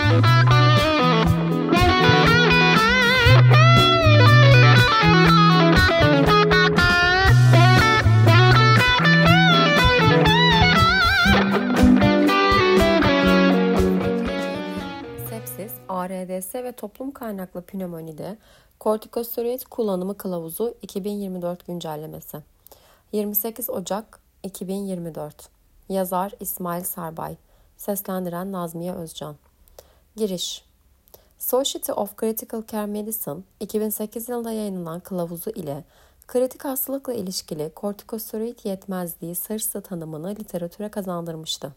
Sepsis, ARDS ve toplum kaynaklı pnömonide kortikosteroid kullanımı kılavuzu 2024 güncellemesi. 28 Ocak 2024. Yazar İsmail Serbay. Seslendiren Nazmiye Özcan. Giriş. Society of Critical Care Medicine 2008 yılında yayınlanan kılavuzu ile kritik hastalıkla ilişkili kortikosteroid yetmezliği SARS'ı tanımını literatüre kazandırmıştı.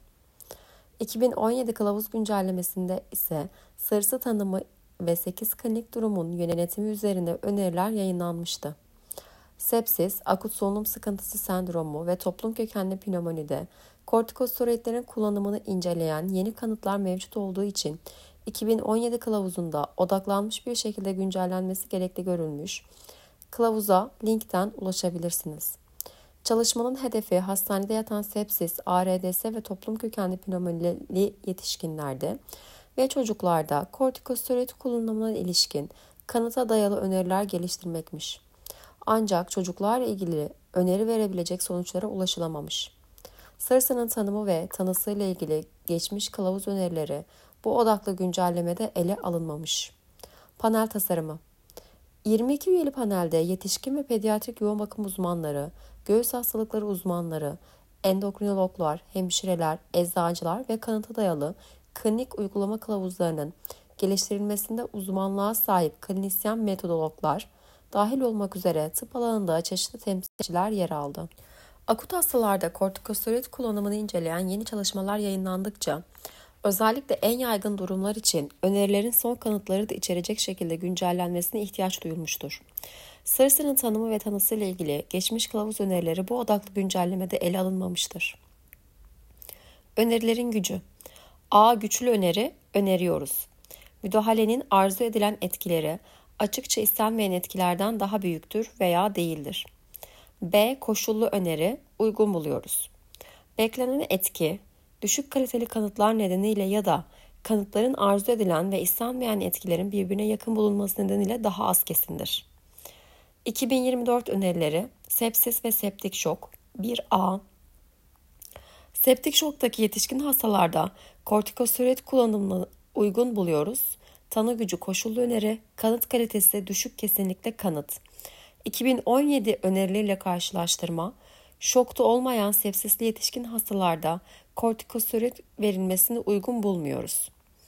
2017 kılavuz güncellemesinde ise SARS'ı tanımı ve 8 klinik durumun yönetimi üzerine öneriler yayınlanmıştı. Sepsis, akut solunum sıkıntısı sendromu ve toplum kökenli pnömonide kortikosteroidlerin kullanımını inceleyen yeni kanıtlar mevcut olduğu için 2017 kılavuzunda odaklanmış bir şekilde güncellenmesi gerekli görülmüş. Kılavuza linkten ulaşabilirsiniz. Çalışmanın hedefi hastanede yatan sepsis, ARDS ve toplum kökenli pnömonili yetişkinlerde ve çocuklarda kortikosteroid kullanımına ilişkin kanıta dayalı öneriler geliştirmekmiş. Ancak çocuklarla ilgili öneri verebilecek sonuçlara ulaşılamamış. SARS'ın tanımı ve tanısıyla ilgili geçmiş kılavuz önerileri bu odaklı güncellemede ele alınmamış. Panel tasarımı 22 üyeli panelde yetişkin ve pediatrik yoğun bakım uzmanları, göğüs hastalıkları uzmanları, endokrinologlar, hemşireler, eczacılar ve kanıta dayalı klinik uygulama kılavuzlarının geliştirilmesinde uzmanlığa sahip klinisyen metodologlar dahil olmak üzere tıp alanında çeşitli temsilciler yer aldı. Akut hastalarda kortikosteroid kullanımını inceleyen yeni çalışmalar yayınlandıkça, özellikle en yaygın durumlar için önerilerin son kanıtları da içerecek şekilde güncellenmesine ihtiyaç duyulmuştur. SARS'ın tanımı ve tanısıyla ilgili geçmiş kılavuz önerileri bu odaklı güncellemede ele alınmamıştır. Önerilerin gücü. A. Güçlü öneri, öneriyoruz. Müdahalenin arzu edilen etkileri açıkça istenmeyen etkilerden daha büyüktür veya değildir. B. Koşullu öneri, uygun buluyoruz. Beklenen etki, düşük kaliteli kanıtlar nedeniyle ya da kanıtların arzu edilen ve istenmeyen etkilerin birbirine yakın bulunması nedeniyle daha az kesindir. 2024 önerileri, sepsis ve septik şok. 1A. Septik şoktaki yetişkin hastalarda kortikosteroid kullanımını uygun buluyoruz. Tanı gücü koşullu öneri, kanıt kalitesi düşük kesinlikle kanıt. 2017 önerileriyle karşılaştırma, şokta olmayan sepsisli yetişkin hastalarda kortikosteroid verilmesini uygun bulmuyoruz.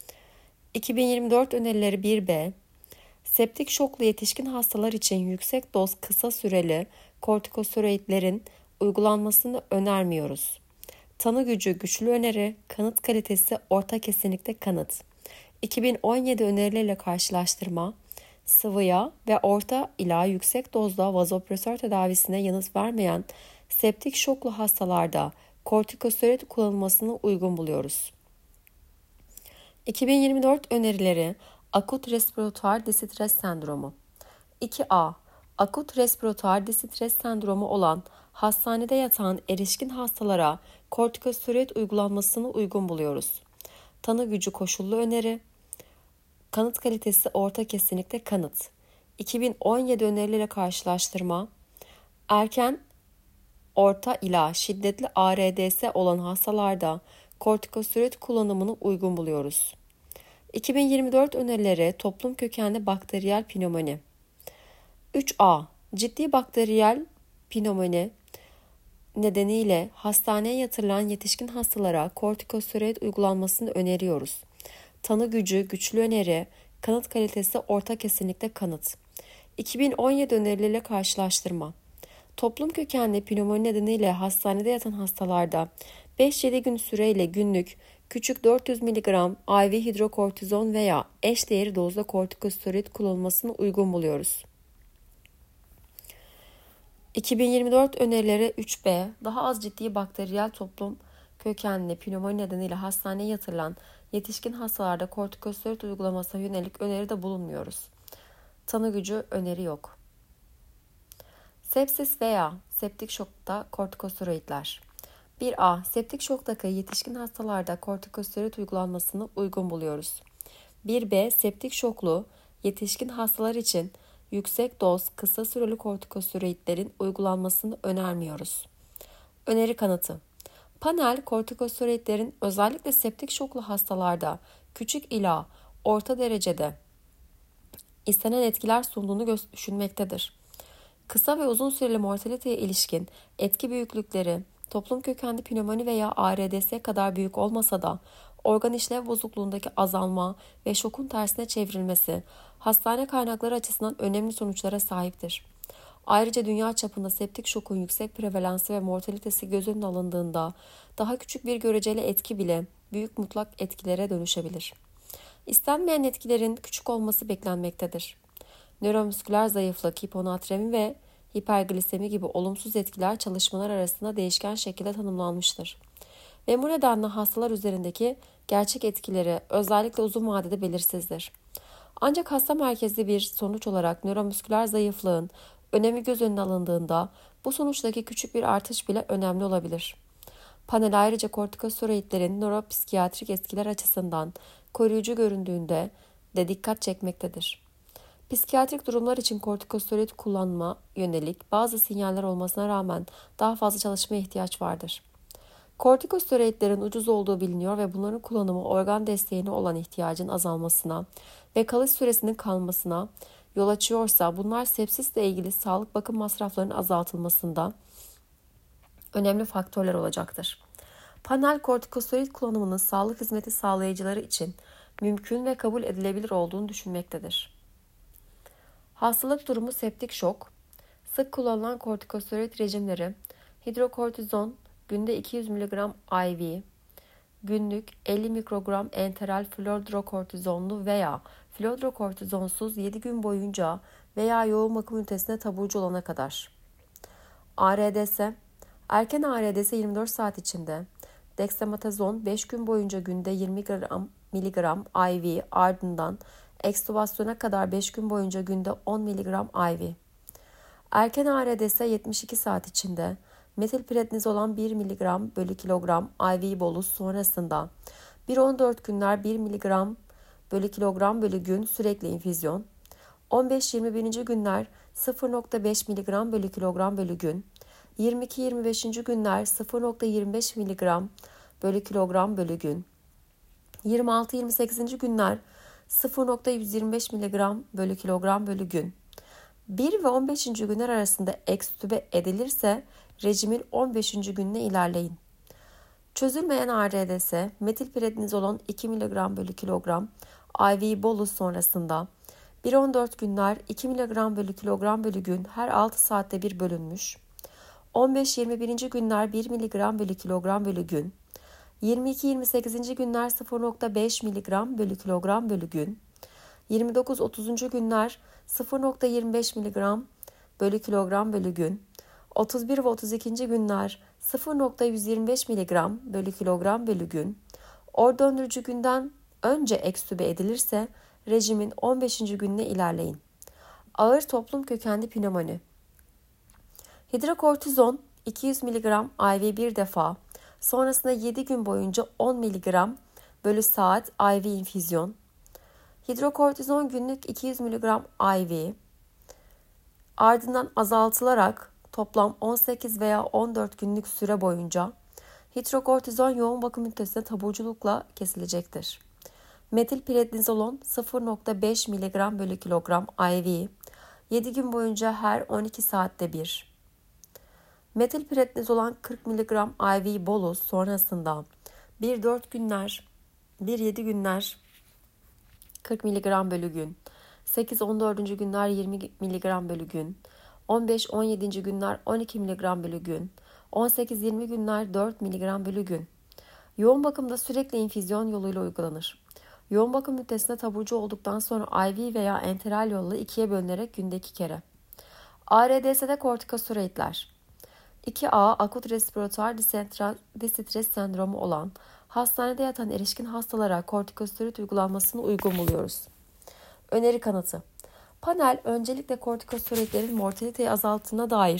2024 önerileri 1B, septik şoklu yetişkin hastalar için yüksek doz kısa süreli kortikosteroidlerin uygulanmasını önermiyoruz. Tanı gücü güçlü öneri, kanıt kalitesi orta kesinlikle kanıt. 2017 önerileriyle karşılaştırma, sıvıya ve orta ila yüksek dozda vazopresör tedavisine yanıt vermeyen septik şoklu hastalarda kortikosteroid kullanılmasını uygun buluyoruz. 2024 önerileri akut respiratuar distres sendromu. 2A. Akut respiratuar distres sendromu olan hastanede yatan erişkin hastalara kortikosteroid uygulanmasını uygun buluyoruz. Tanı gücü koşullu öneri, kanıt kalitesi orta kesinlikle kanıt. 2017 önerileriyle karşılaştırma, erken, orta ila şiddetli ARDS olan hastalarda kortikosteroid kullanımını uygun buluyoruz. 2024 önerileri toplum kökenli bakteriyel pnömoni. 3A. Ciddi bakteriyel pnömoni nedeniyle hastaneye yatırılan yetişkin hastalara kortikosteroid uygulanmasını öneriyoruz. Tanı gücü güçlü öneri, kanıt kalitesi orta kesinlikle kanıt. 2017 önerileriyle karşılaştırma. Toplum kökenli pnömoni nedeniyle hastanede yatan hastalarda 5-7 gün süreyle günlük küçük 400 mg IV hidrokortizon veya eşdeğeri dozda kortikosteroid kullanılmasını uygun buluyoruz. 2024 önerileri 3B, daha az ciddi bakteriyel toplum kökenli pnömoni nedeniyle hastaneye yatırılan yetişkin hastalarda kortikosteroid uygulamasına yönelik öneride bulunmuyoruz. Tanı gücü öneri yok. Sepsis veya septik şokta kortikosteroidler. 1A. Septik şoktaki yetişkin hastalarda kortikosteroid uygulanmasını uygun buluyoruz. 1B. Septik şoklu yetişkin hastalar için yüksek doz kısa süreli kortikosteroidlerin uygulanmasını önermiyoruz. Öneri kanıtı. Panel kortikosteroidlerin özellikle septik şoklu hastalarda küçük ila orta derecede istenen etkiler sunduğunu düşünmektedir. Kısa ve uzun süreli mortaliteye ilişkin etki büyüklükleri toplum kökenli pnömoni veya ARDS kadar büyük olmasa da organ işlev bozukluğundaki azalma ve şokun tersine çevrilmesi hastane kaynakları açısından önemli sonuçlara sahiptir. Ayrıca dünya çapında septik şokun yüksek prevalansı ve mortalitesi göz önüne alındığında daha küçük bir göreceli etki bile büyük mutlak etkilere dönüşebilir. İstenmeyen etkilerin küçük olması beklenmektedir. Nöromüsküler zayıflık, hiponatremi ve hiperglisemi gibi olumsuz etkiler çalışmalar arasında değişken şekilde tanımlanmıştır. Ve bu nedenle hastalar üzerindeki gerçek etkileri özellikle uzun vadede belirsizdir. Ancak hasta merkezli bir sonuç olarak nöromüsküler zayıflığın önemi göz önüne alındığında bu sonuçtaki küçük bir artış bile önemli olabilir. Panel ayrıca kortikosteroidlerin nöropsikiyatrik etkiler açısından koruyucu göründüğünde de dikkat çekmektedir. Psikiyatrik durumlar için kortikosteroid kullanma yönelik bazı sinyaller olmasına rağmen daha fazla çalışmaya ihtiyaç vardır. Kortikosteroidlerin ucuz olduğu biliniyor ve bunların kullanımı organ desteğine olan ihtiyacın azalmasına ve kalış süresinin kalmasına yol açıyorsa bunlar sepsisle ilgili sağlık bakım masraflarının azaltılmasında önemli faktörler olacaktır. Panel kortikosteroid kullanımının sağlık hizmeti sağlayıcıları için mümkün ve kabul edilebilir olduğunu düşünmektedir. Hastalık durumu septik şok, sık kullanılan kortikosteroid rejimleri, hidrokortizon günde 200 mg IV, günlük 50 mikrogram enteral flordrokortizonlu veya flordrokortizonsuz 7 gün boyunca veya yoğun bakım ünitesine taburcu olana kadar. ARDS, erken ARDS 24 saat içinde, dexametazon 5 gün boyunca günde 20 mg IV ardından ekstübasyona kadar 5 gün boyunca günde 10 mg IV. Erken ARDS 72 saat içinde, metilprednizolan 1 mg bölü kilogram IV bolus sonrasında 1-14 günler 1 mg bölü kilogram bölü gün sürekli infüzyon, 15-21. günler 0,5 mg bölü kilogram bölü gün, 22-25. günler 0,25 mg bölü kilogram bölü gün, 26-28. günler 0,125 mg bölü kilogram bölü gün. 1 ve 15. günler arasında ekstübe edilirse rejimin 15. gününe ilerleyin. Çözülmeyen ARDS, metilprednizolon 2 mg bölü kilogram IV bolus sonrasında 1-14 günler 2 mg bölü kilogram bölü gün her 6 saatte bir bölünmüş. 15-21. günler 1 mg bölü kilogram bölü gün. 22-28. günler 0,5 mg bölü kilogram bölü gün. 29-30. günler 0,25 mg bölü kilogram bölü gün. 31 ve 32. günler 0,125 mg bölü kilogram bölü gün. Or döndürücü günden önce ekstübe edilirse rejimin 15. gününe ilerleyin. Ağır toplum kökenli pnömoni. Hidrokortizon 200 mg IV bir defa, sonrasında 7 gün boyunca 10 mg bölü saat IV infüzyon. Hidrokortizon günlük 200 mg IV, ardından azaltılarak toplam 18 veya 14 günlük süre boyunca hidrokortizon yoğun bakım ünitesine taburculukla kesilecektir. Metilprednizolon 0,5 mg bölü kilogram IV, 7 gün boyunca her 12 saatte bir. Metilprednizolan 40 mg IV bolus sonrasında 1-4 günler, 1-7 günler 40 mg bölü gün, 8-14. günler 20 mg bölü gün, 15-17. günler 12 mg bölü gün, 18-20 günler 4 mg bölü gün. Yoğun bakımda sürekli infüzyon yoluyla uygulanır. Yoğun bakım ünitesinde taburcu olduktan sonra IV veya enteral yolla 2'ye bölünerek günde 2 kere. ARDS'de kortikosteroidler. 2A akut respiratuar distres sendromu olan hastanede yatan erişkin hastalara kortikosteroid uygulanmasını uygun buluyoruz. Öneri kanıtı. Panel öncelikle kortikosteroidlerin mortaliteyi azalttığına dair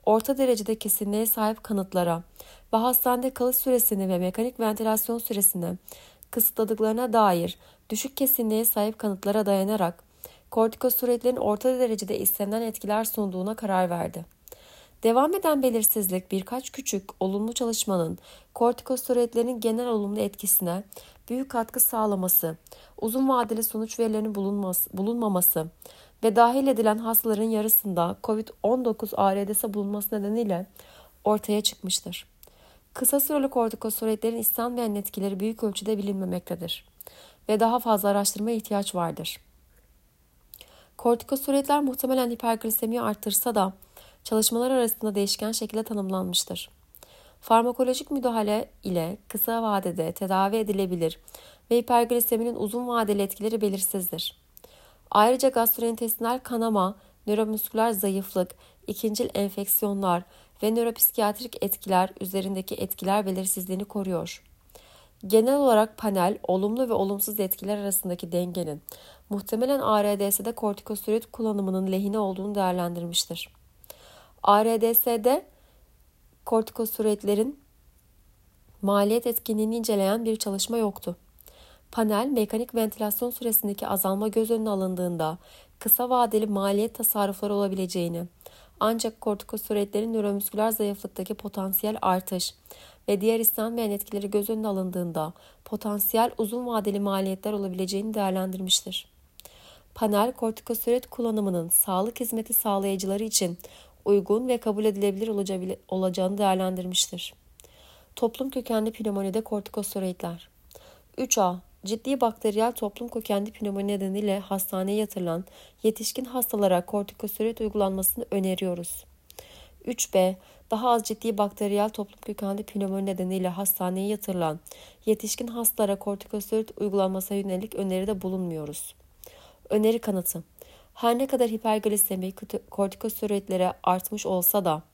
orta derecede kesinliğe sahip kanıtlara ve hastanede kalış süresini ve mekanik ventilasyon süresini kısıtladıklarına dair düşük kesinliğe sahip kanıtlara dayanarak kortikosteroidlerin orta derecede istenilen etkiler sunduğuna karar verdi. Devam eden belirsizlik birkaç küçük olumlu çalışmanın kortikosteroidlerin genel olumlu etkisine büyük katkı sağlaması, uzun vadeli sonuç verilerinin bulunmaması ve dahil edilen hastaların yarısında COVID-19 ARDS'e bulunması nedeniyle ortaya çıkmıştır. Kısa süreli kortikosteroidlerin istenmeyen etkileri büyük ölçüde bilinmemektedir ve daha fazla araştırmaya ihtiyaç vardır. Kortikosteroidler muhtemelen hiperglisemiyi arttırsa da çalışmalar arasında değişken şekilde tanımlanmıştır. Farmakolojik müdahale ile kısa vadede tedavi edilebilir ve hipergliseminin uzun vadeli etkileri belirsizdir. Ayrıca gastrointestinal kanama, nöromüsküler zayıflık, ikincil enfeksiyonlar ve nöropsikiyatrik etkiler üzerindeki etkiler belirsizliğini koruyor. Genel olarak panel, olumlu ve olumsuz etkiler arasındaki dengenin muhtemelen ARDS'de kortikosteroid kullanımının lehine olduğunu değerlendirmiştir. ARDS'de kortikosteroidlerin maliyet etkinliğini inceleyen bir çalışma yoktu. Panel, mekanik ventilasyon süresindeki azalma göz önüne alındığında kısa vadeli maliyet tasarrufları olabileceğini, ancak kortikosteroidlerin nöromüsküler zayıflıktaki potansiyel artış ve diğer istenmeyen etkileri göz önüne alındığında potansiyel uzun vadeli maliyetler olabileceğini değerlendirmiştir. Panel, kortikosteroid kullanımının sağlık hizmeti sağlayıcıları için uygun ve kabul edilebilir olacağını değerlendirmiştir. Toplum kökenli pnömonide kortikosteroidler. 3A. Ciddi bakteriyel toplum kökenli pnömoni nedeniyle hastaneye yatırılan yetişkin hastalara kortikosteroid uygulanmasını öneriyoruz. 3B. Daha az ciddi bakteriyel toplum kökenli pnömoni nedeniyle hastaneye yatırılan yetişkin hastalara kortikosteroid uygulanmasına yönelik öneride bulunmuyoruz. Öneri kanıtı. Her ne kadar hiperglisemi kortikosteroidlere artmış olsa da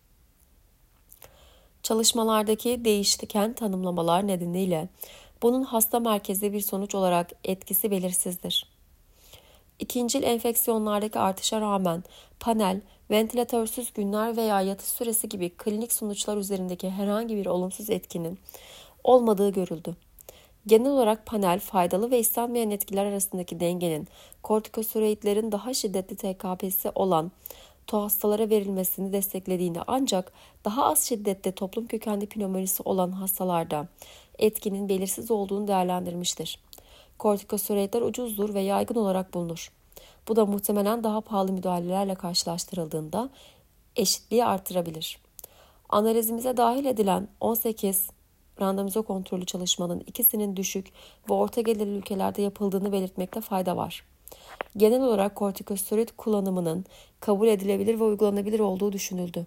çalışmalardaki değişken tanımlamalar nedeniyle bunun hasta merkezli bir sonuç olarak etkisi belirsizdir. İkincil enfeksiyonlardaki artışa rağmen panel, ventilatörsüz günler veya yatış süresi gibi klinik sonuçlar üzerindeki herhangi bir olumsuz etkinin olmadığı görüldü. Genel olarak panel, faydalı ve istenmeyen etkiler arasındaki dengenin kortikosteroidlerin daha şiddetli TKP'si olan hastalara verilmesini desteklediğini, ancak daha az şiddetli toplum kökenli pnömonisi olan hastalarda etkinin belirsiz olduğunu değerlendirmiştir. Kortikosteroidler ucuzdur ve yaygın olarak bulunur. Bu da muhtemelen daha pahalı müdahalelerle karşılaştırıldığında eşitliği artırabilir. Analizimize dahil edilen 18 randomize kontrollü çalışmanın ikisinin düşük ve orta gelirli ülkelerde yapıldığını belirtmekte fayda var. Genel olarak kortikosteroid kullanımının kabul edilebilir ve uygulanabilir olduğu düşünüldü.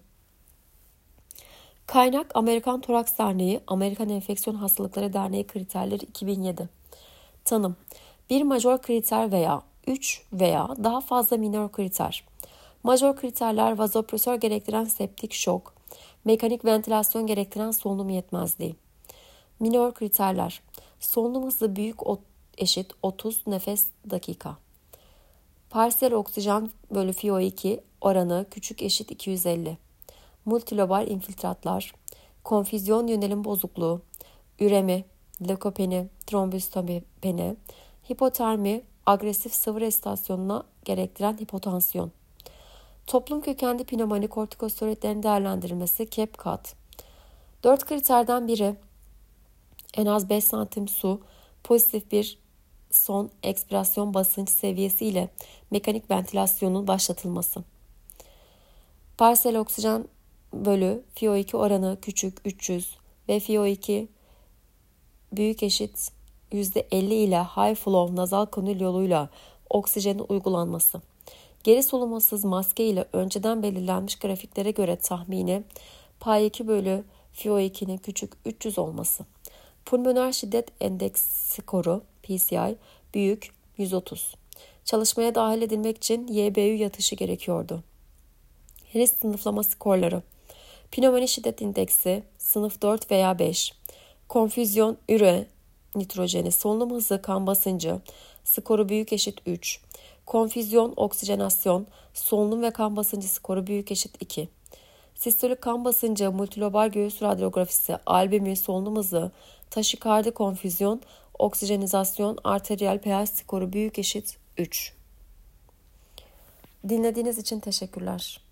Kaynak Amerikan Toraks Derneği, Amerikan Enfeksiyon Hastalıkları Derneği Kriterleri 2007. Tanım: bir majör kriter veya 3 veya daha fazla minor kriter. Majör kriterler vazopresör gerektiren septik şok, mekanik ventilasyon gerektiren solunum yetmezliği. Minor kriterler: solunum hızı büyük eşit 30 nefes dakika. Parsiyel oksijen bölü FiO2 oranı küçük eşit 250. Multilobal infiltratlar, konfüzyon yönelim bozukluğu, üremi, lökopeni, trombositopeni, hipotermi, agresif sıvı resitasyonuna gerektiren hipotansiyon. Toplum kökenli pnömoni kortikosteroidlerin değerlendirilmesi CAP-CAT. 4 kriterden biri en az 5 santim su, pozitif bir son ekspirasyon basınç seviyesi ile mekanik ventilasyonun başlatılması. Parsiyel oksijen bölü FiO2 oranı küçük 300 ve FiO2 büyük eşit %50 ile high flow nazal kanül yoluyla oksijenin uygulanması. Geri solumasız maske ile önceden belirlenmiş grafiklere göre tahmini pay2 bölü FiO2'nin küçük 300 olması. Pulmoner şiddet endeks skoru PCI büyük 130. Çalışmaya dahil edilmek için YBU yatışı gerekiyordu. Risk sınıflama skorları. Pnömoni şiddet indeksi sınıf 4 veya 5. Konfüzyon üre nitrojeni, solunum hızı, kan basıncı, skoru büyük eşit 3. Konfüzyon oksijenasyon, solunum ve kan basıncı skoru büyük eşit 2. Sistolik kan basıncı, multilobal göğüs radyografisi, albümi, solunum hızı, taşikardi, konfüzyon, oksijenizasyon, arteriyel pH skoru büyük eşit 3. Dinlediğiniz için teşekkürler.